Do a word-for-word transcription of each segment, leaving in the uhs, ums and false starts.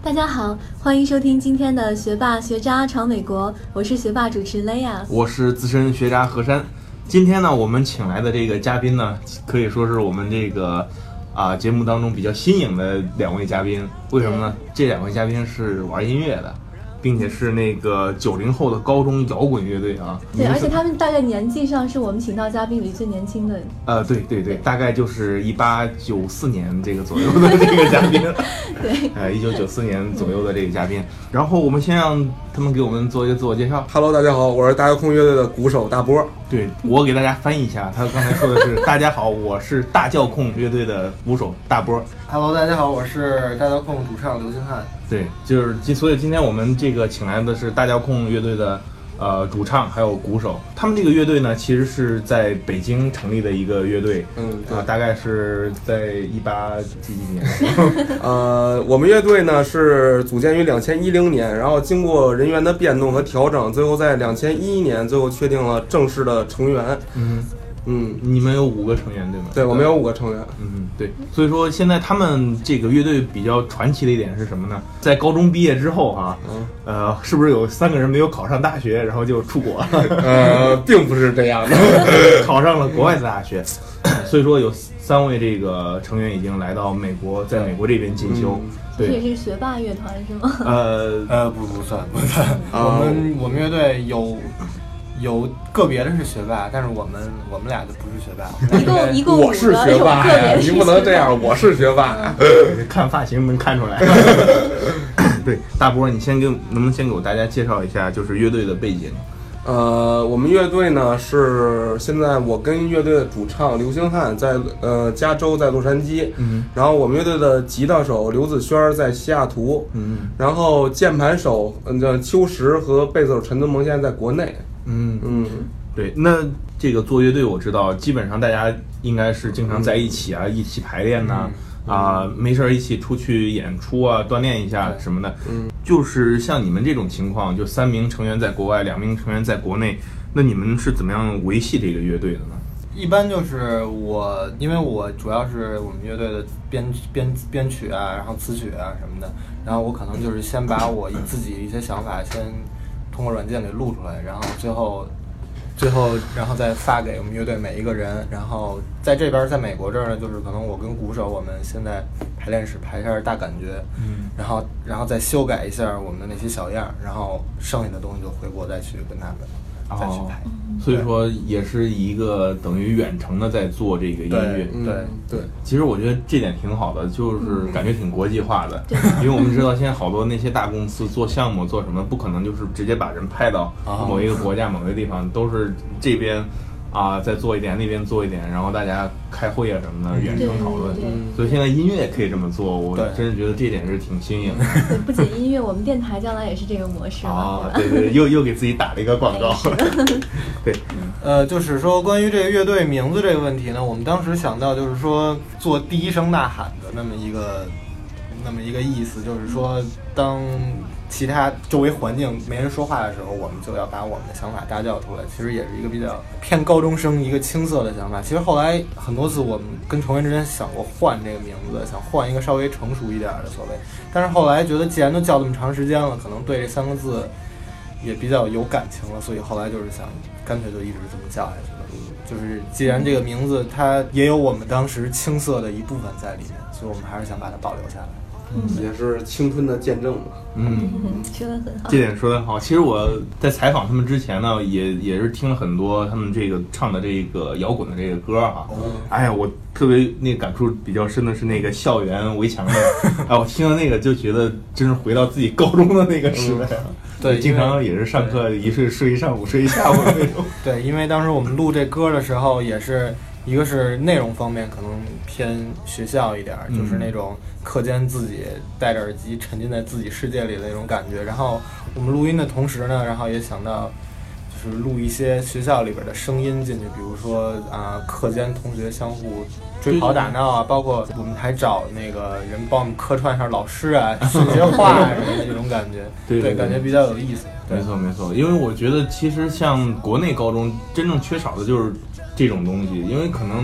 大家好，欢迎收听今天的学霸学渣闯美国，我是学霸主持雷亚， 我是资深学渣何山。今天呢，我们请来的这个嘉宾呢，可以说是我们这个啊节目当中比较新颖的两位嘉宾。为什么呢？这两位嘉宾是玩音乐的，并且是那个九零后的高中摇滚乐队啊。 对，而且他们大概年纪上是我们请到嘉宾里最年轻的。 呃，对对对，大概就是一八九四年这个左右的这个嘉宾。 对， 呃，一九九四年左右的这个嘉宾。然后我们先让他们给我们做一个自我介绍。 Hello， 大家好，我是大遥控乐队的鼓手大波。 对，我给大家翻译一下，他刚才说的是大家好，我是大教控乐队的鼓手大波。 Hello， 大家好，我是大教控主唱刘星汉。 对，就是所以今天我们这个请来的是大教控乐队的呃主唱还有鼓手。他们这个乐队呢，其实是在北京成立的一个乐队， 嗯， 啊、呃，大概是在一八几几年。 呃，我们乐队呢是组建于两千一零年，然后经过人员的变动和调整，最后在两千一一年最后确定了正式的成员。 嗯嗯， 你们有五个成员对吗？ 对，我们有五个成员。 嗯，对。所以说现在他们这个乐队比较传奇的一点是什么呢？在高中毕业之后哈、啊，嗯、呃，是不是有三个人没有考上大学，然后就出国了？ 呃，并不是这样的， 考上了国外的大学。所以说有三位这个成员已经来到美国，在美国这边进修。 嗯这也是学霸乐团是吗？ 呃呃，不不算不算，我们我们乐队有有个别的是学霸，但是我们我们俩就不是学霸。 一共一共我是学霸呀，你不能这样，我是学霸。 看发型能看出来。对，大波，你先给能不能先给我大家介绍一下，就是乐队的背景？ 呃，我们乐队呢是现在我跟乐队的主唱刘星汉在呃加州，在洛杉矶， 嗯， 然后我们乐队的吉他手刘子轩在西雅图， 嗯， 然后键盘手嗯叫秋实和贝斯手陈德蒙现在在国内， 嗯嗯， 对，那这个做乐队我知道，基本上大家应该是经常在一起啊，嗯、一起排练呐、啊。嗯啊、呃，没事一起出去演出啊，锻炼一下什么的。 嗯， 就是像你们这种情况，就三名成员在国外，两名成员在国内，那你们是怎么样维系这个乐队的呢？ 一般就是我，因为我主要是我们乐队的编编编曲啊，然后词曲啊什么的，然后我可能就是先把我自己一些想法先通过软件给录出来，然后最后。最后，然后再发给我们乐队每一个人。然后在这边，在美国这儿呢，就是可能我跟鼓手，我们现在排练室排一下大感觉， 嗯， 然后然后再修改一下我们的那些小样，然后剩下的东西就回国再去跟他们再去排。 哦、所以说也是一个等于远程的在做这个音乐。 对对对， 其实我觉得这点挺好的，就是感觉挺国际化的。嗯、因为我们知道现在好多那些大公司做项目做什么，不可能就是直接把人派到某一个国家、某一个地方，都是这边啊再做一点，那边做一点，然后大家开会啊什么的，远程讨论。所以现在音乐也可以这么做，我真是觉得这点是挺新颖的。 对，不仅音乐，我们电台将来也是这个模式啊。对对，又又给自己打了一个广告。对， 呃，就是说关于这个乐队名字这个问题呢，我们当时想到就是说做第一声呐喊的那么一个那么一个意思，就是说当其他周围环境没人说话的时候，我们就要把我们的想法大叫出来。其实也是一个比较偏高中生一个青涩的想法。其实后来很多次我们跟成员之间想过换这个名字，想换一个稍微成熟一点的所谓，但是后来觉得既然都叫这么长时间了，可能对这三个字也比较有感情了，所以后来就是想干脆就一直这么叫下去了。就是既然这个名字它也有我们当时青涩的一部分在里面，所以我们还是想把它保留下来。 嗯，也是青春的见证嘛。 嗯， 说得很好。 这点说得好。其实我在采访他们之前呢，也也是听了很多他们这个唱的这个摇滚的这个歌哈、啊。 嗯、 哎呀，我特别那个感触比较深的是那个校园围墙的，哎，我听了那个就觉得真是回到自己高中的那个时代了。嗯、 对， 经常也是上课一睡睡一上午，睡一下午那种。 对，因为当时我们录这歌的时候也是。一个是内容方面可能偏学校一点， 嗯、 就是那种课间自己戴着耳机沉浸在自己世界里的那种感觉。然后我们录音的同时呢，然后也想到就是录一些学校里边的声音进去，比如说啊、呃，课间同学相互追跑打闹啊，包括我们还找那个人帮我们客串一下老师啊，说些话啊什么的这种感觉， 对, 对, 对， 感觉比较有意思。 没错没错，因为我觉得其实像国内高中真正缺少的就是这种东西，因为可能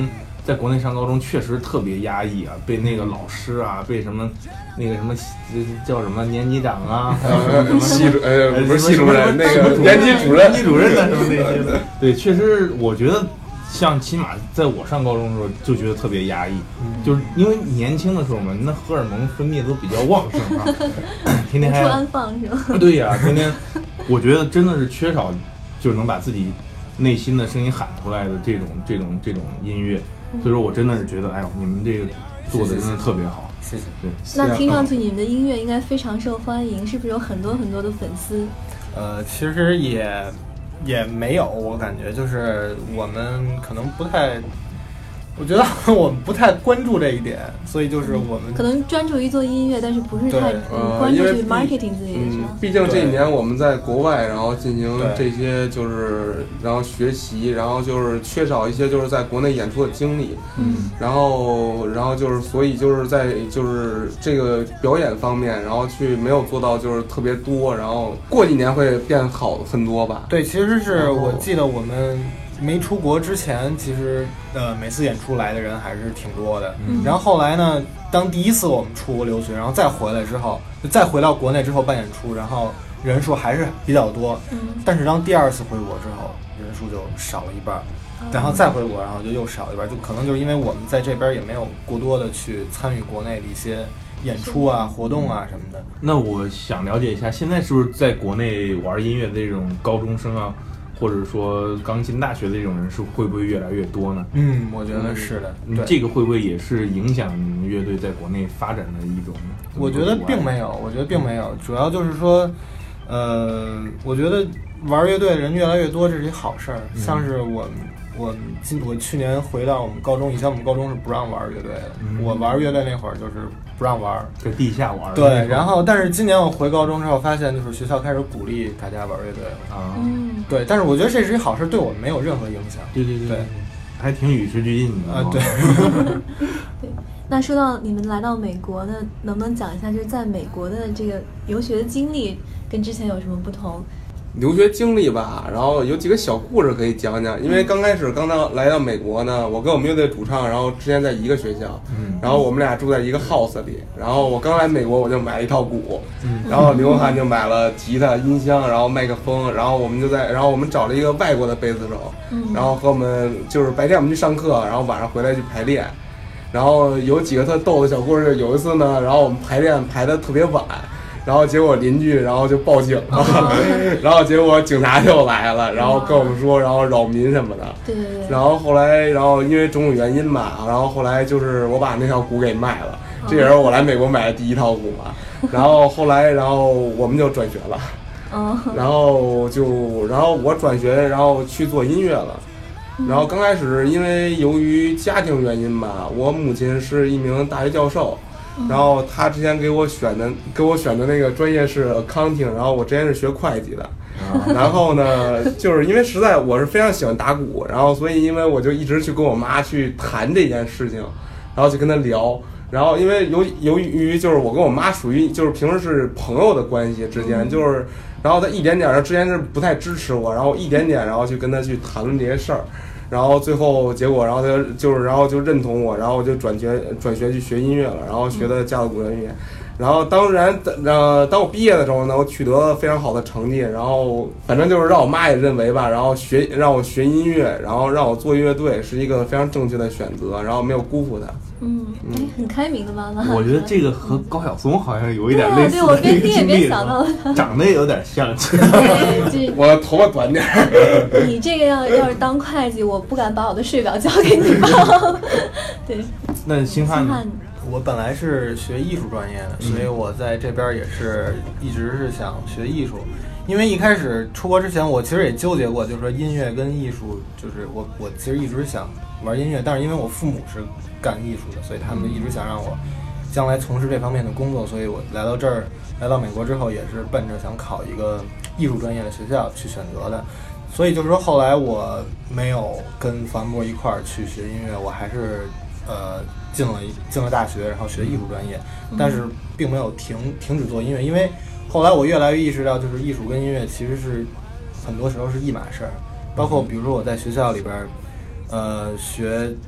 在国内上高中确实特别压抑啊，被那个老师啊，被什么那个什么叫什么年级长啊， 呃，系主呃不是系主任，那个年级主任、 年级主任啊什么那些的。对，确实我觉得。像起码在我上高中的时候就觉得特别压抑，嗯、就是因为年轻的时候嘛，那荷尔蒙分泌都比较旺盛啊，天天还安放是吧？ 对呀、啊，天天，我觉得真的是缺少，就是能把自己内心的声音喊出来的这种这种这种音乐，所以说我真的是觉得，哎呦，你们这个做的真的特别好， 谢谢。 对， 那听上去你们的音乐应该非常受欢迎，是不是有很多很多的粉丝？ 呃，其实也。也没有，我感觉就是我们可能不太，我觉得我们不太关注这一点，所以就是我们可能专注于做音乐，但是不是太关注去 marketing 自己的，是吧？ 毕竟这一年我们在国外，然后进行这些就是然后学习，然后就是缺少一些就是在国内演出的经历， 嗯， 然后然后就是所以就是在就是这个表演方面，然后去没有做到就是特别多，然后过几年会变好很多吧。 对，其实是我记得我们没出国之前，其实呃每次演出来的人还是挺多的。 嗯、 然后后来呢，当第一次我们出国留学，然后再回来之后，再回到国内之后办演出，然后人数还是比较多。 嗯、 但是当第二次回国之后，人数就少了一半。然后再回国，然后就又少一半，就可能就是因为我们在这边也没有过多的去参与国内的一些演出啊、活动啊什么的。 那我想了解一下，现在是不是在国内玩音乐的这种高中生啊，或者说刚进大学的这种人是会不会越来越多呢？ 嗯，我觉得是的。 嗯、这个会不会也是影响你们乐队在国内发展的一种？ 我觉得并没有，我觉得并没有，主要就是说，呃，我觉得玩乐队的人越来越多，这是一好事儿。 嗯、 像是我们。我今我去年回到我们高中，以前我们高中是不让玩乐队的。嗯、我玩乐队那会儿就是不让玩， 在地下玩。 对，然后但是今年我回高中之后，发现就是学校开始鼓励大家玩乐队了啊。 嗯， 对，但是我觉得这是一好事，对我们没有任何影响。 对对对对， 还挺与时俱进的啊。对。 对，那说到你们来到美国呢，能不能讲一下就是在美国的这个留学的经历跟之前有什么不同？ 留学经历吧，然后有几个小故事可以讲讲。因为刚开始刚到来到美国呢，我跟我们乐队主唱，然后之前在一个学校， 嗯， 然后我们俩住在一个 house 里。然后我刚来美国，我就买了一套鼓， 嗯， 然后刘涵就买了吉他、音箱，然后麦克风，然后我们就在，然后我们找了一个外国的贝斯手， 嗯， 然后和我们就是白天我们去上课，然后晚上回来去排练。然后有几个特逗的小故事，有一次呢，然后我们排练排得特别晚。然后结果邻居然后就报警了，然后结果警察就来了，然后跟我们说，然后扰民什么的。 对对对。 然后后来，然后因为种种原因嘛，然后后来就是我把那套鼓给卖了，这也是我来美国买的第一套鼓嘛。然后后来，然后我们就转学了。然后就，然后我转学，然后去做音乐了。然后刚开始因为由于家庭原因吧，我母亲是一名大学教授。然后他之前给我选的给我选的那个专业是 accounting， 然后我之前是学会计的。然后呢，就是因为实在我是非常喜欢打鼓，然后所以因为我就一直去跟我妈去谈这件事情，然后去跟她聊。然后因为由由于就是我跟我妈属于就是平时是朋友的关系之间，就是然后她一点点之前是不太支持我，然后一点点然后去跟她去谈论这些事儿。然后最后结果，然后他就是，然后就认同我，然后我就转学转学去学音乐了，然后学的架子鼓音乐。然后当然，呃，当我毕业的时候呢，我取得了非常好的成绩，然后反正就是让我妈也认为吧，然后学让我学音乐，然后让我做乐队是一个非常正确的选择，然后没有辜负她。 嗯，哎，很开明的妈妈。 我觉得这个和高晓松好像有一点类似的一个经历，对，我边听也别想到了， 长得也有点像。 对， 我头发短点儿。 你这个要要是当会计，我不敢把我的税表交给你报。对。 那星汉呢？ 我本来是学艺术专业的，所以我在这边也是一直是想学艺术。因为一开始出国之前，我其实也纠结过，就是说音乐跟艺术，就是我我其实一直想玩音乐，但是因为我父母是干艺术的，所以他们就一直想让我将来从事这方面的工作，所以我来到这儿，来到美国之后，也是奔着想考一个艺术专业的学校去选择的。所以就是说，后来我没有跟樊波一块儿去学音乐，我还是呃进了进了大学，然后学艺术专业，但是并没有停停止做音乐，因为后来我越来越意识到，就是艺术跟音乐其实是很多时候是一码事儿。包括比如说我在学校里边，呃，学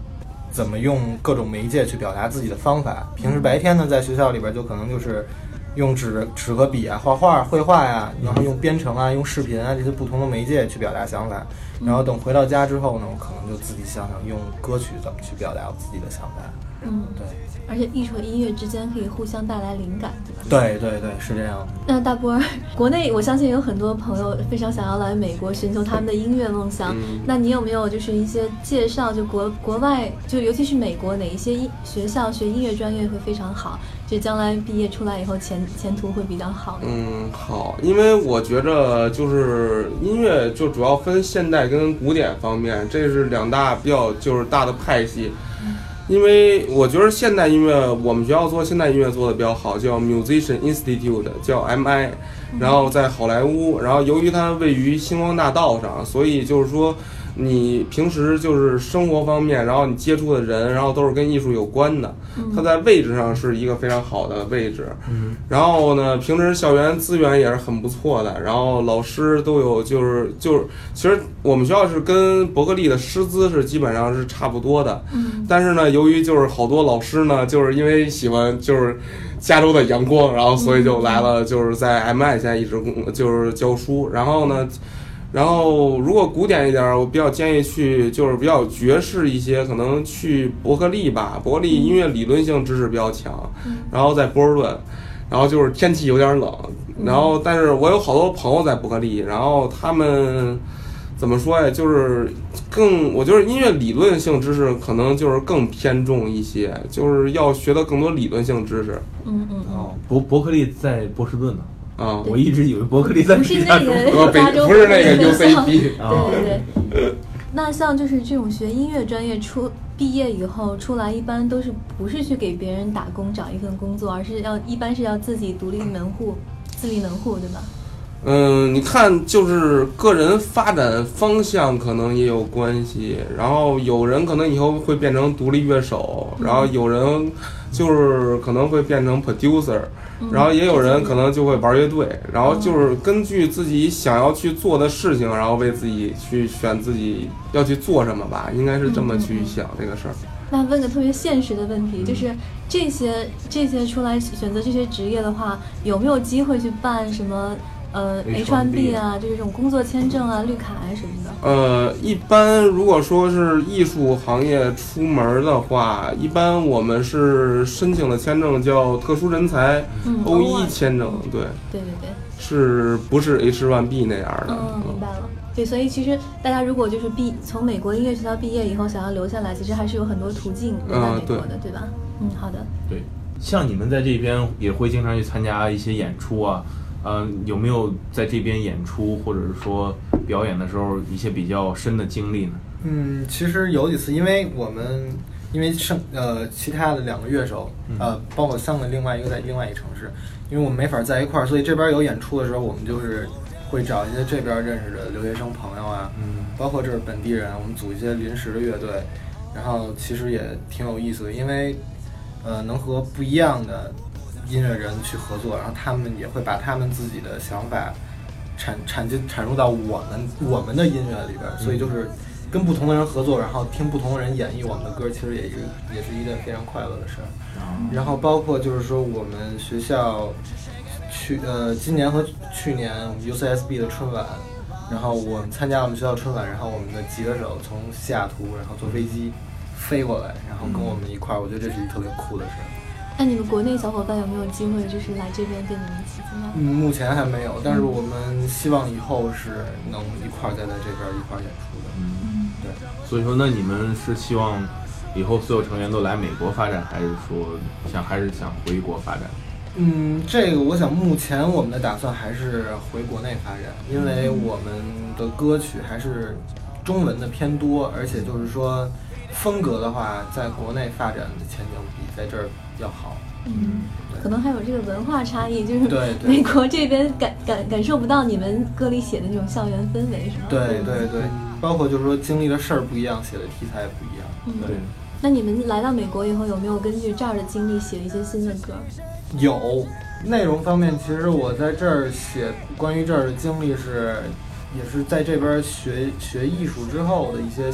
怎么用各种媒介去表达自己的方法。平时白天呢，在学校里边就可能就是用纸纸和笔啊，画画、绘画呀、啊，然后用编程啊、用视频啊这些不同的媒介去表达想法。然后等回到家之后呢，我可能就自己想想用歌曲怎么去表达我自己的想法。 嗯， 对。 而且艺术和音乐之间可以互相带来灵感，对吧？ 对对对，是这样的。 那大波儿，国内我相信有很多朋友非常想要来美国寻求他们的音乐梦想。 嗯、 那你有没有就是一些介绍？就国国外，就尤其是美国哪一些学校学音乐专业会非常好？就将来毕业出来以后前前途会比较好的。 嗯，好，因为我觉着就是音乐就主要分现代跟古典方面，这是两大比较就是大的派系。嗯，因为我觉得现代音乐，我们学校做现代音乐做的比较好，叫 Musician Institute， 叫 M I， 然后在好莱坞，然后由于它位于星光大道上，所以就是说你平时就是生活方面，然后你接触的人，然后都是跟艺术有关的，它在位置上是一个非常好的位置。嗯，然后呢，平时校园资源也是很不错的，然后老师都有，就是就是其实我们学校是跟伯克利的师资是基本上是差不多的。嗯，但是呢，由于就是好多老师呢，就是因为喜欢就是加州的阳光，然后所以就来了，就是在 M I 现在一直工就是教书，然后呢。然后，如果古典一点，我比较建议去，就是比较爵士一些，可能去伯克利吧。伯克利音乐理论性知识比较强，然后在波士顿，然后就是天气有点冷，然后但是我有好多朋友在伯克利，然后他们怎么说呀？就是更，我觉得音乐理论性知识可能就是更偏重一些，就是要学到更多理论性知识。 嗯嗯哦，伯伯克利在波士顿呢。 啊， 我一直以为伯克利在不是那个加州， 不是那个 U C B。 对对对。那像就是这种学音乐专业出毕业以后出来，一般都是不是去给别人打工找一份工作，而是要一般是要自己独立门户、自立门户，对吧？ 嗯，你看，就是个人发展方向可能也有关系。然后有人可能以后会变成独立乐手，然后有人就是可能会变成 producer。然后也有人可能就会玩乐队，然后就是根据自己想要去做的事情，然后为自己去选自己要去做什么吧，应该是这么去想这个事儿。 那问个特别现实的问题，就是这些这些出来选择这些职业的话，有没有机会去办什么呃 H 一 B 啊，就是这种工作签证啊、绿卡啊什么的？呃， 一般如果说是艺术行业出门的话，一般我们是申请的签证叫特殊人才 O 一 签证，对， 对对对， 是不是 H 一 B 那样的？ 嗯，明白了。对，所以其实大家如果就是毕从美国音乐学校毕业以后想要留下来，其实还是有很多途径留在美国的，嗯、对, 对吧？嗯，好的。 对，像你们在这边也会经常去参加一些演出啊。嗯、呃，有没有在这边演出或者是说表演的时候一些比较深的经历呢？ 嗯，其实有几次，因为我们因为剩呃其他的两个乐手，呃，包括三个另外一个在另外一个城市，因为我们没法在一块儿，所以这边有演出的时候，我们就是会找一些这边认识的留学生朋友啊，嗯，包括这是本地人，我们组一些临时的乐队，然后其实也挺有意思的，因为呃能和不一样的音乐人去合作，然后他们也会把他们自己的想法产产进产入到我们我们的音乐里边，所以就是跟不同的人合作，然后听不同的人演绎我们的歌，其实也是也是一件非常快乐的事儿。然后包括就是说我们学校去呃今年和去年我们 U C S B 的春晚，然后我们参加我们学校春晚，然后我们的几个手从西雅图然后坐飞机飞过来，然后跟我们一块儿，我觉得这是一特别酷的事儿。 那你们国内小伙伴有没有机会就是来这边跟你们一起参加？ 嗯，目前还没有，但是我们希望以后是能一块儿再在这边一块儿演出的。 嗯，对。所以说，那你们是希望以后所有成员都来美国发展，还是说想还是想回国发展？ 嗯，这个我想目前我们的打算还是回国内发展，因为我们的歌曲还是中文的偏多，而且就是说风格的话，在国内发展的前景比在这儿要好。 嗯，可能还有这个文化差异，就是美国这边感感感受不到你们歌里写的那种校园氛围，是吗？ 对对对，包括就是说经历的事儿不一样，写的题材也不一样。 嗯，对。那你们来到美国以后，有没有根据这儿的经历写一些新的歌？ 有，内容方面，其实我在这儿写关于这儿的经历是，也是在这边学学艺术之后的一些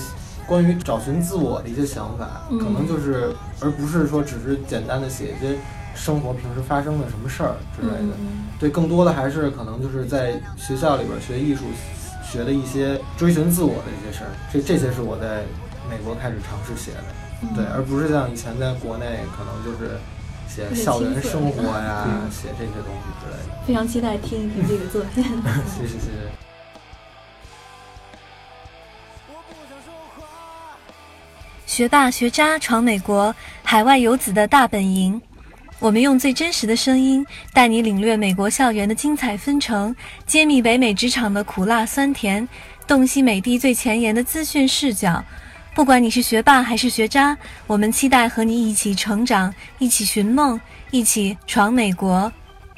关于找寻自我的一些想法， 嗯、 可能就是而不是说只是简单的写一些生活平时发生的什么事儿之类的。 嗯、 对，更多的还是可能就是在学校里边学艺术学的一些追寻自我的一些事儿。这这些是我在美国开始尝试写的， 嗯、 对，而不是像以前在国内可能就是写校园生活呀，嗯、写这些东西之类的。 非常期待听一听这个作品。 谢谢谢谢。 学霸学渣闯美国，海外游子的大本营。我们用最真实的声音带你领略美国校园的精彩纷呈，揭秘北美职场的苦辣酸甜，洞悉美帝最前沿的资讯视角。不管你是学霸还是学渣，我们期待和你一起成长，一起寻梦，一起闯美国。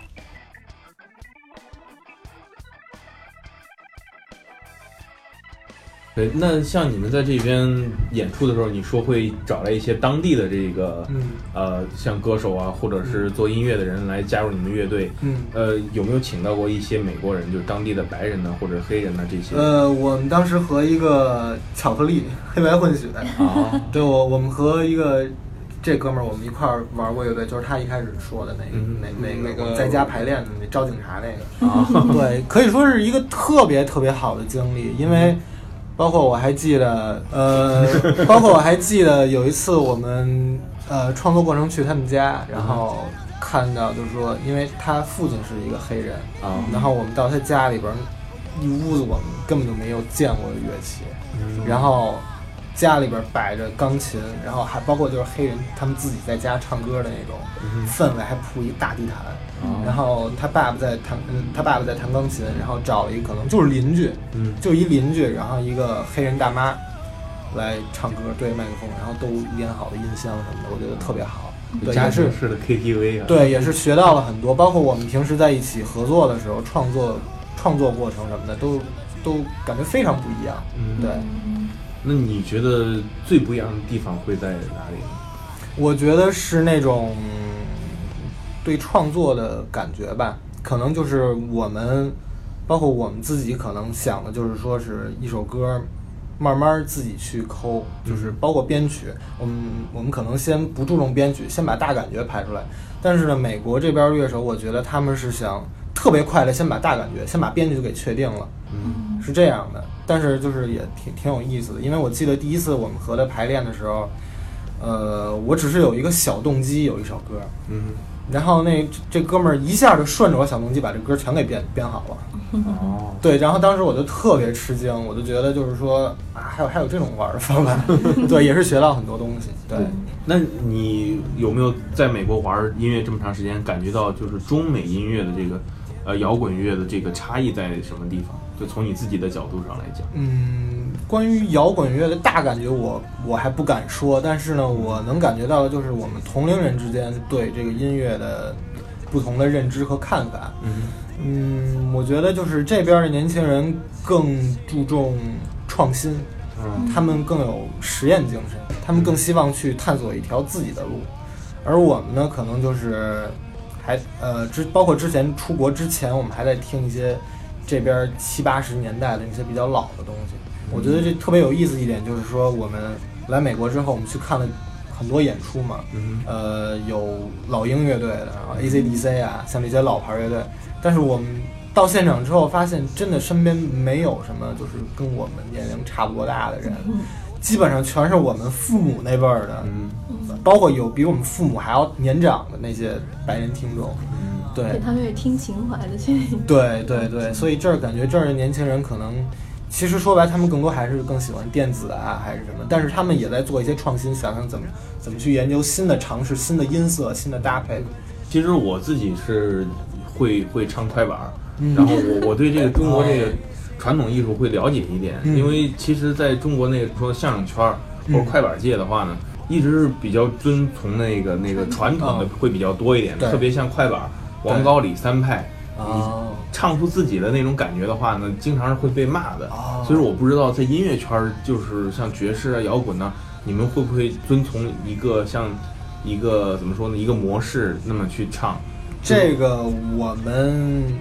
对，那像你们在这边演出的时候，你说会找来一些当地的这个， 嗯， 呃，像歌手啊，或者是做音乐的人来加入你们乐队， 嗯， 呃，有没有请到过一些美国人，就是当地的白人呢，或者黑人呢这些？ 呃，我们当时和一个巧克力黑白混血啊， 对，我我们和一个这哥们儿，我们一块儿玩过乐队，就是他一开始说的那个、 嗯、 那那那个在家排练的那招警察那个啊，对，可以说是一个特别特别好的经历，因为。包括我还记得，呃，包括我还记得有一次我们呃创作过程去他们家，然后看到就是说，因为他父亲是一个黑人啊， 然后我们到他家里边，一屋子我们根本就没有见过的乐器， 嗯、 然后家里边摆着钢琴，然后还包括就是黑人他们自己在家唱歌的那种氛围，还铺一大地毯。 嗯、 然后他爸爸在弹，嗯，他爸爸在弹钢琴，然后找了一个可能就是邻居， 嗯， 就一邻居，然后一个黑人大妈来唱歌，对着麦克风，然后都连好的音箱什么的，我觉得特别好。对， 家庭式的 K T V 啊。 对，也是学到了很多，包括我们平时在一起合作的时候，创作创作过程什么的，都都感觉非常不一样。 嗯， 对。 那你觉得最不一样的地方会在哪里呢？ 我觉得是那种。对创作的感觉吧，可能就是我们，包括我们自己可能想的就是说是一首歌，慢慢自己去抠，就是包括编曲，我们我们可能先不注重编曲，先把大感觉排出来。但是呢，美国这边乐手，我觉得他们是想特别快的先把大感觉，先把编曲就给确定了， 嗯， 是这样的。但是就是也挺挺有意思的，因为我记得第一次我们和他排练的时候，呃，我只是有一个小动机，有一首歌， 嗯。 然后那这哥们儿一下就顺着我小动机把这歌全给编编好了， 哦， 对，然后当时我就特别吃惊，我就觉得就是说啊，还有还有这种玩法吧，对，也是学到很多东西。对， 那你有没有在美国玩音乐这么长时间，感觉到就是中美音乐的这个呃摇滚乐的这个差异在什么地方？就从你自己的角度上来讲， 嗯，关于摇滚乐的大感觉我我还不敢说，但是呢，我能感觉到的就是我们同龄人之间对这个音乐的不同的认知和看法。 嗯嗯，我觉得就是这边的年轻人更注重创新， 嗯， 他们更有实验精神，他们更希望去探索一条自己的路，而我们呢，可能就是还呃之包括之前出国之前，我们还在听一些。这边七八十年代的那些比较老的东西，我觉得这特别有意思一点就是说，我们来美国之后，我们去看了很多演出嘛， 嗯、 呃，有老鹰乐队的，然后 A C D C 啊，像这些老牌乐队，但是我们到现场之后发现，真的身边没有什么就是跟我们年龄差不多大的人，基本上全是我们父母那辈儿的， 嗯， 包括有比我们父母还要年长的那些白人听众。对， 他们是听情怀的去。 对对对，所以这儿感觉这儿的年轻人可能，其实说白，他们更多还是更喜欢电子啊，还是什么，但是他们也在做一些创新，想想怎么怎么去研究新的尝试、新的音色、新的搭配。 其实我自己是会会唱快板，嗯、然后我我对这个中国这个传统艺术会了解一点， 嗯、 因为其实在中国那个说相声圈或者快板界的话呢。嗯一直是比较遵从那个那个传统的会比较多一点， 嗯、 特别像快板、王高李三派， 你唱出自己的那种感觉的话呢，经常是会被骂的。 哦、 所以我不知道在音乐圈，就是像爵士啊、摇滚呢，你们会不会遵从一个像一个怎么说呢，一个模式那么去唱？ 这个我们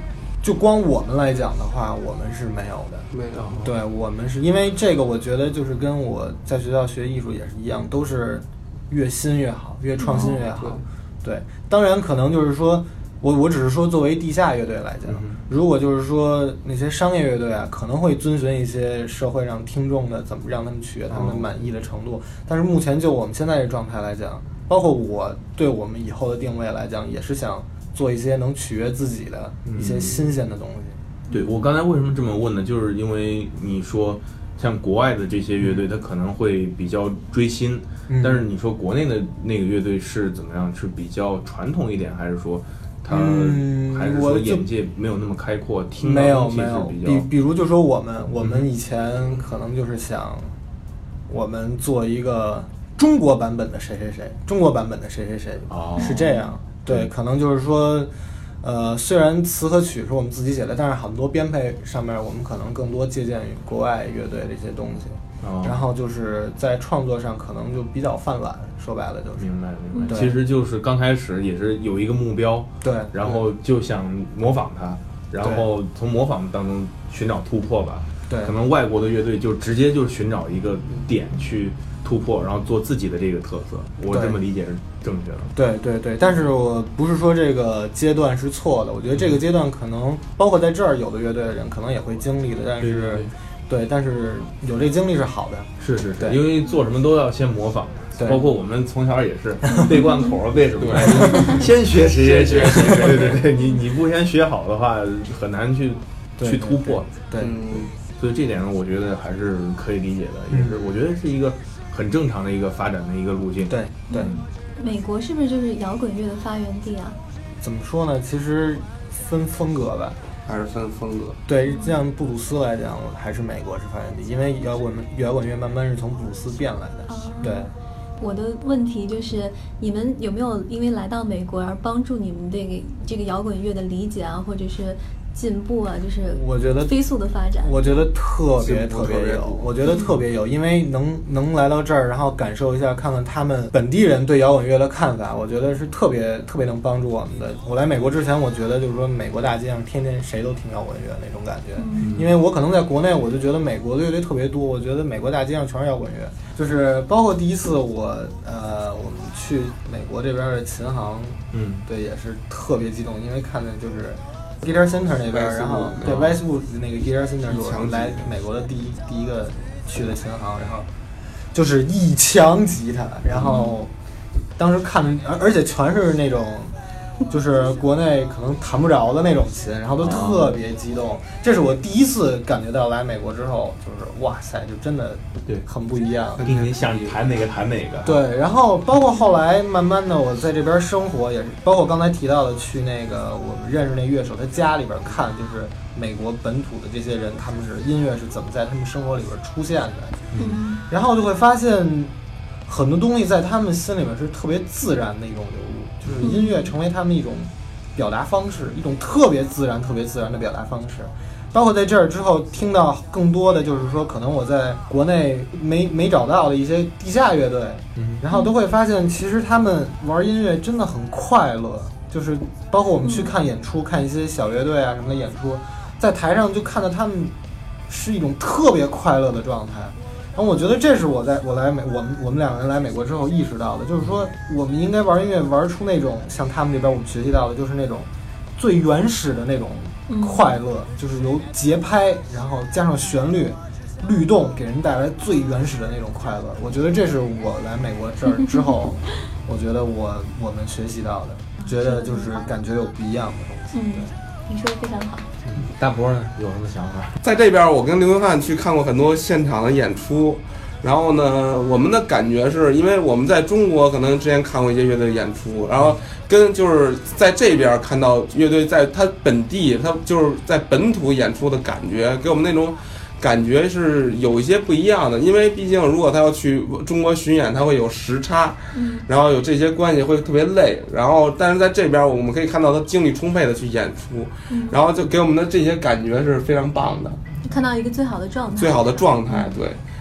就光我们来讲的话，我们是没有的， 没有。 对，我们是因为这个，我觉得就是跟我在学校学艺术也是一样，都是越新越好，越创新越好。对，当然可能就是说，我我只是说作为地下乐队来讲，嗯、如果就是说那些商业乐队啊，可能会遵循一些社会上听众的怎么让他们取悦他们满意的程度。哦、但是目前就我们现在这状态来讲，包括我对我们以后的定位来讲，也是想做一些能取悦自己的一些新鲜的东西。 嗯、对，我刚才为什么这么问呢？就是因为你说像国外的这些乐队，它可能会比较追新，嗯、但是你说国内的那个乐队是怎么样？是比较传统一点，还是说他、嗯、还是说眼界没有那么开阔？听没有东西是比较比比如就说我们我们以前可能就是想，我们做一个中国版本的谁谁谁，中国版本的谁谁谁， 哦、 是这样。对，可能就是说，呃，虽然词和曲是我们自己写的，但是很多编配上面我们可能更多借鉴于国外乐队的一些东西。哦、然后就是在创作上可能就比较犯懒，说白了就是。 明白明白。其实就是刚开始也是有一个目标， 对， 然后就想模仿它，然后从模仿当中寻找突破吧。 对， 可能外国的乐队就直接就寻找一个点去突破，然后做自己的这个特色。我这么理解是正确的。 对对对，但是我不是说这个阶段是错的，我觉得这个阶段可能包括在这儿有的乐队的人可能也会经历的，但是。 对对对对，但是有这经历是好的， 是是是， 对， 因为做什么都要先模仿， 对， 包括我们从小也是背贯口，背什么来着？先学谁学谁，对对对，你你不先学好的话，很难去去突破， 对， 嗯，所以这点我觉得还是可以理解的，也是我觉得是一个很正常的一个发展的一个路径， 对对。 美国是不是就是摇滚乐的发源地啊？ 怎么说呢？其实分风格吧。 还是分风格， 对，像布鲁斯来讲，还是美国是发源地，因为摇滚摇滚乐慢慢是从布鲁斯变来的。 哦、 对， 我的问题就是，你们有没有因为来到美国而帮助你们这个这个摇滚乐的理解啊，或者是进步啊？就是我觉得飞速的发展， 我觉得特别特别有，我觉得特别有，因为能能来到这儿，然后感受一下，看看他们本地人对摇滚乐的看法，我觉得是特别特别能帮助我们的。我来美国之前，我觉得就是说美国大街上天天谁都听摇滚乐那种感觉， 嗯、 因为我可能在国内我就觉得美国的乐队特别多，我觉得美国大街上全是摇滚乐，就是包括第一次我呃我们去美国这边的琴行， 嗯， 对，也是特别激动，因为看的就是。Guitar Center 那边，然后对 Westwood 那个 Guitar Center 是我来美国的第一第一个去的琴行，然后就是一墙吉他，然后当时看的，而而且全是那种就是国内可能弹不着的那种琴，然后都特别激动。这是我第一次感觉到来美国之后，就是哇塞，就真的对很不一样。 给你想弹哪个弹哪个。 对，然后包括后来慢慢的我在这边生活，也是包括刚才提到的去那个我们认识那乐手他家里边看，就是美国本土的这些人，他们是音乐是怎么在他们生活里边出现的。 嗯， 然后就会发现很多东西在他们心里面是特别自然的一种流露。就是音乐成为他们一种表达方式，一种特别自然、特别自然的表达方式。包括在这儿之后，听到更多的就是说，可能我在国内没没找到的一些地下乐队，然后都会发现，其实他们玩音乐真的很快乐。就是包括我们去看演出，看一些小乐队啊什么的演出，在台上就看到他们是一种特别快乐的状态。然后我觉得这是我在我来美我们我们两个人来美国之后意识到的，就是说我们应该玩音乐玩出那种像他们这边我们学习到的，就是那种最原始的那种快乐，嗯、就是由节拍然后加上旋律律动给人带来最原始的那种快乐。我觉得这是我来美国这儿之后我觉得我我们学习到的，觉得就是感觉有不一样的东西。 嗯，你说的非常好。 大伯呢有什么想法？ 在这边我跟刘文翰去看过很多现场的演出，然后呢我们的感觉是因为我们在中国可能之前看过一些乐队演出，然后跟就是在这边看到乐队在他本地他就是在本土演出的感觉，给我们那种感觉是有一些不一样的。因为毕竟如果他要去中国巡演，他会有时差，然后有这些关系会特别累，然后但是在这边我们可以看到他精力充沛的去演出，然后就给我们的这些感觉是非常棒的， 看到一个最好的状态， 最好的状态，对。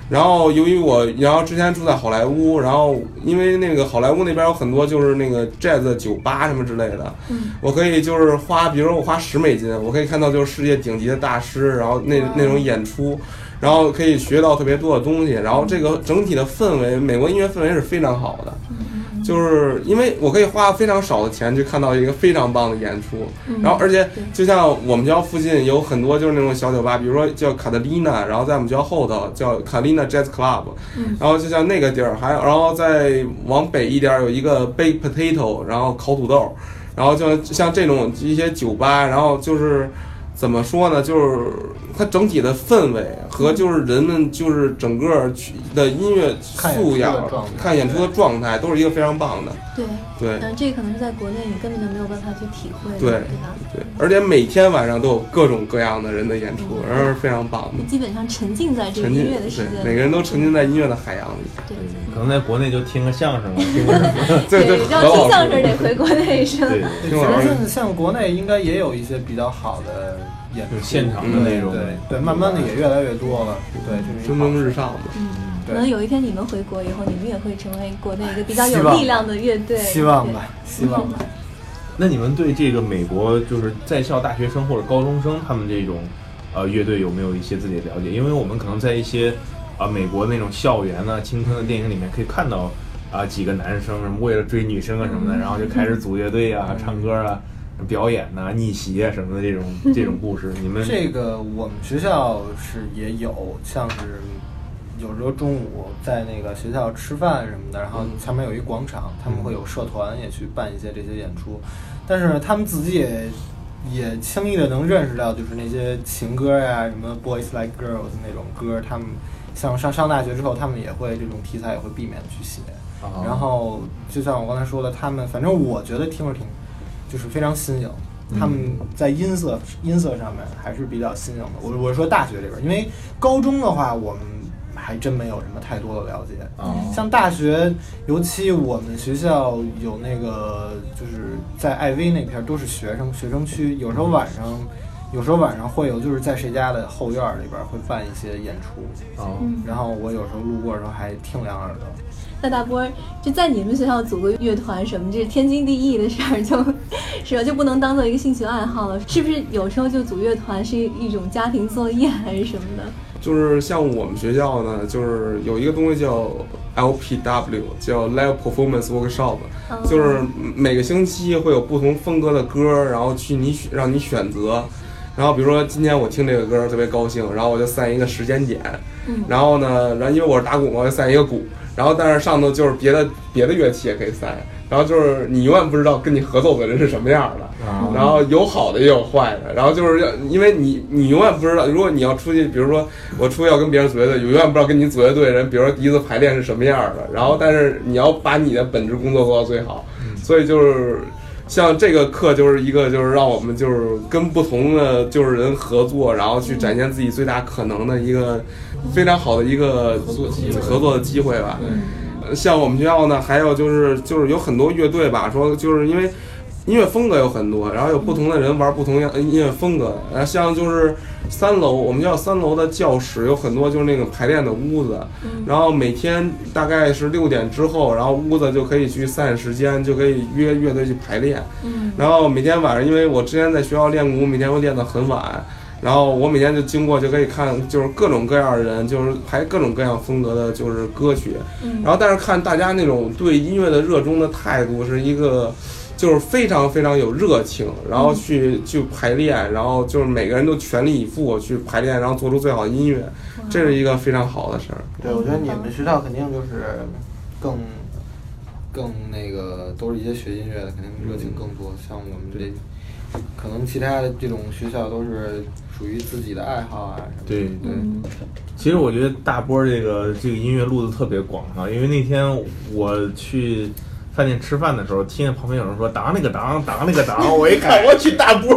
然后由于我，然后之前住在好莱坞，然后因为那个好莱坞那边有很多就是那个 jazz 酒吧什么之类的， 嗯， 我可以就是花，比如说我花十美金，我可以看到就是世界顶级的大师，然后那那种演出，然后可以学到特别多的东西，然后这个整体的氛围，美国音乐氛围是非常好的。就是因为我可以花非常少的钱去看到一个非常棒的演出， 嗯、 然后而且就像我们学校附近有很多就是那种小酒吧，比如说叫卡特丽娜，然后在我们学校后头叫卡丽娜 Jazz Club，、 嗯、 然后就像那个地儿，还有然后再往北一点有一个 Baked Potato， 然后烤土豆，然后就像这种一些酒吧，然后就是怎么说呢，就是它整体的氛围和就是人们就是整个的音乐素养、看演出的状态都是一个非常棒的。 对对， 嗯，这可能是在国内你根本就没有办法去体会的， 对对吧？ 对，而且每天晚上都有各种各样的人的演出，而、嗯、是非常棒的。 你基本上沉浸在这个音乐的世界， 每个人都沉浸在音乐的海洋里。 对， 可能在国内就听个相声嘛，听个什么？ 对对， 要听相声得回国内是吧？ 对， 其实像国内应该也有一些比较好的。演出现场的那种， 对 对, 对，慢慢的也越来越多了，对， 蒸蒸日上的。嗯，可能有一天你们回国以后，你们也会成为国内一个比较有力量的乐队。 希望吧，希望吧。 那你们对这个美国就是在校大学生或者高中生他们这种呃乐队有没有一些自己的了解？因为我们可能在一些啊、呃、美国那种校园啊青春的电影里面可以看到啊、呃、几个男生什么为了追女生啊什么的，然后就开始组乐队啊、唱歌啊。表演呐、啊、逆袭啊什么的这种这种故事，你们这个我们学校是也有，像是有时候中午在那个学校吃饭什么的，然后前面有一广场，他们会有社团也去办一些这些演出，但是他们自己也也轻易的能认识到，就是那些情歌呀、什么 Boys Like Girls 那种歌，他们像上上大学之后，他们也会这种题材也会避免去写。 哦、 然后就像我刚才说的，他们反正我觉得听着挺。就是非常新颖，他们在音色、嗯、音色上面还是比较新颖的。我我是说大学这边，因为高中的话，我们还真没有什么太多的了解。 哦、 像大学，尤其我们学校有那个，就是在艾薇那片都是学生学生区，有时候晚上，嗯、有时候晚上会有，就是在谁家的后院里边会办一些演出。 哦， 然后我有时候路过的时候还挺两耳朵。 那大波就在你们学校组个乐团什么，这是天经地义的事儿，就是吧，就不能当做一个兴趣爱好了。是不是有时候就组乐团是一种家庭作业还是什么的？ 就是像我们学校呢，就是有一个东西叫 L P W， 叫 Live Performance Workshop，、嗯、就是每个星期会有不同风格的歌，然后去你让你选择。然后比如说今天我听这个歌特别高兴，然后我就散一个时间点， 嗯、 然后呢，然后因为我是打鼓嘛，我就散一个鼓。然后，但是上头就是别的别的乐器也可以塞，然后就是你永远不知道跟你合奏的人是什么样的， 哦、 然后有好的也有坏的，然后就是要因为你你永远不知道，如果你要出去，比如说我出去要跟别人组乐队，永远不知道跟你组乐队的人，比如说第一次排练是什么样的，然后但是你要把你的本职工作做到最好，所以就是像这个课就是一个就是让我们就是跟不同的就是人合作，然后去展现自己最大可能的一个。非常好的一个合作的机会吧。像我们学校呢，还有就是就是有很多乐队吧，说就是因为音乐风格有很多，然后有不同的人玩不同音乐风格。然后像就是三楼，我们学校三楼的教室有很多就是那个排练的屋子，然后每天大概是六点之后，然后屋子就可以去散时间，就可以约乐队去排练。然后每天晚上，因为我之前在学校练鼓，每天会练得很晚。然后我每天就经过就可以看，就是各种各样的人，就是排各种各样风格的，就是歌曲。然后但是看大家那种对音乐的热衷的态度，是一个就是非常非常有热情，然后去去排练，然后就是每个人都全力以赴去排练，然后做出最好的音乐，这是一个非常好的事儿。 对，我觉得你们学校肯定就是更更那个，都是一些学音乐的，肯定热情更多。像我们这。可能其他的这种学校都是属于自己的爱好啊什么的。 对对，其实我觉得大波这个这个音乐路子特别广啊，因为那天我去饭店吃饭的时候，听见旁边有人说当那个当当那个当，我一看我去大波，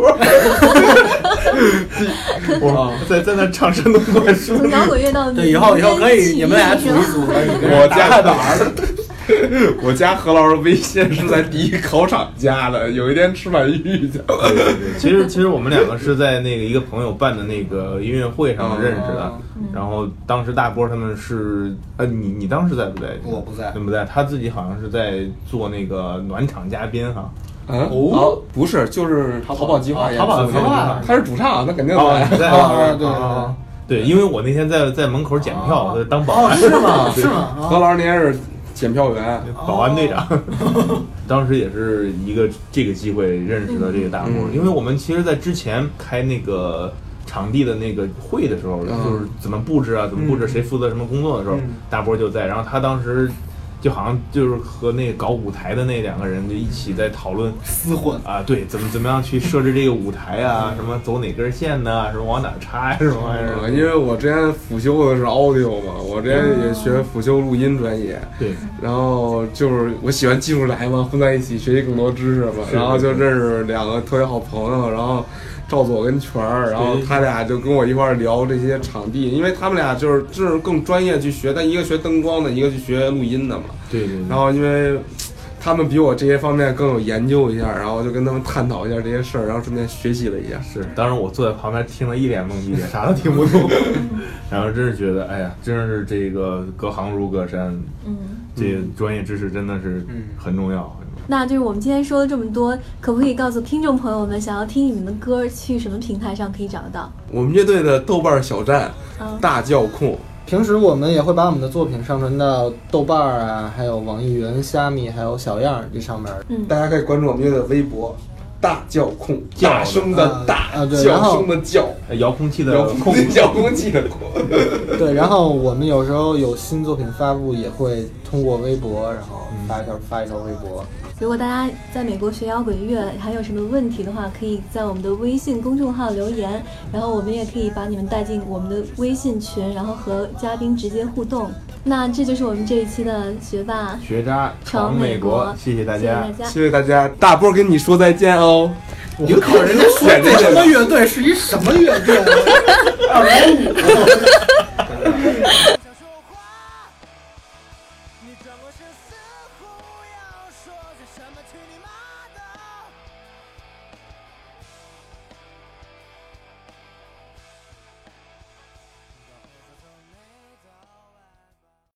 我在在那唱山东怪书， 摇滚乐到对，以后以后可以你们俩组一组， 我家哪儿？ 我加何老师微信是在第一考场加的，有一天吃饭遇见了。 对对对，其实其实我们两个是在那个一个朋友办的那个音乐会上认识的，嗯、然后当时大波他们是呃，你你当时在不在？ 我不在， 对不在？他自己好像是在做那个暖场嘉宾哈。 嗯哦，不是，就是淘宝计划， 淘宝计划， 他是主唱，那肯定在。 在啊，对对。 对，因为我那天在在门口检票，哦、当保安。 哦，是吗？是吗？ 何老师那天是检票员， 保安队长。哦、当时也是一个这个机会认识了这个大波，嗯、因为我们其实，在之前开那个场地的那个会的时候，嗯、就是怎么布置啊，怎么布置，谁负责什么工作的时候，嗯、大波就在，然后他当时。就好像就是和那个搞舞台的那两个人就一起在讨论厮混啊，对，怎么怎么样去设置这个舞台啊，什么走哪根线呢，什么往哪插呀，什么玩意儿。 因为我之前辅修的是 audio 嘛，我之前也学辅修录音专业， 对， 然后就是我喜欢技术宅嘛，混在一起学习更多知识嘛，然后就认识两个特别好朋友，然后。赵左跟全儿，然后他俩就跟我一块儿聊这些场地，因为他们俩就是就是更专业去学，但一个学灯光的，一个去学录音的嘛。 对 对, 对。 然后因为他们比我这些方面更有研究一下，然后就跟他们探讨一下这些事儿，然后顺便学习了一下。 是，当时我坐在旁边听了一脸懵逼，啥都听不懂，然后真是觉得，哎呀，真是这个隔行如隔山，嗯，这专业知识真的是很重要。嗯那就是我们今天说了这么多，可不可以告诉听众朋友们，想要听你们的歌，去什么平台上可以找得到？ 我们乐队的豆瓣小站、嗯、大叫控。 平时我们也会把我们的作品上传到豆瓣啊，还有网易云、虾米，还有小样这上面。 嗯， 大家可以关注我们乐队的微博。大叫控，大声的大， 啊对， 叫声的叫， 遥控器的控，遥控器的控。 对，然后我们有时候有新作品发布，也会通过微博，然后发一条、嗯、发一条微博。 如果大家在美国学摇滚乐还有什么问题的话，可以在我们的微信公众号留言，然后我们也可以把你们带进我们的微信群，然后和嘉宾直接互动。那这就是我们这一期的学霸学渣闯美国，谢谢大家， 谢谢大家，大波跟你说再见哦。 我靠，人家说这什么乐队是一什么乐队？二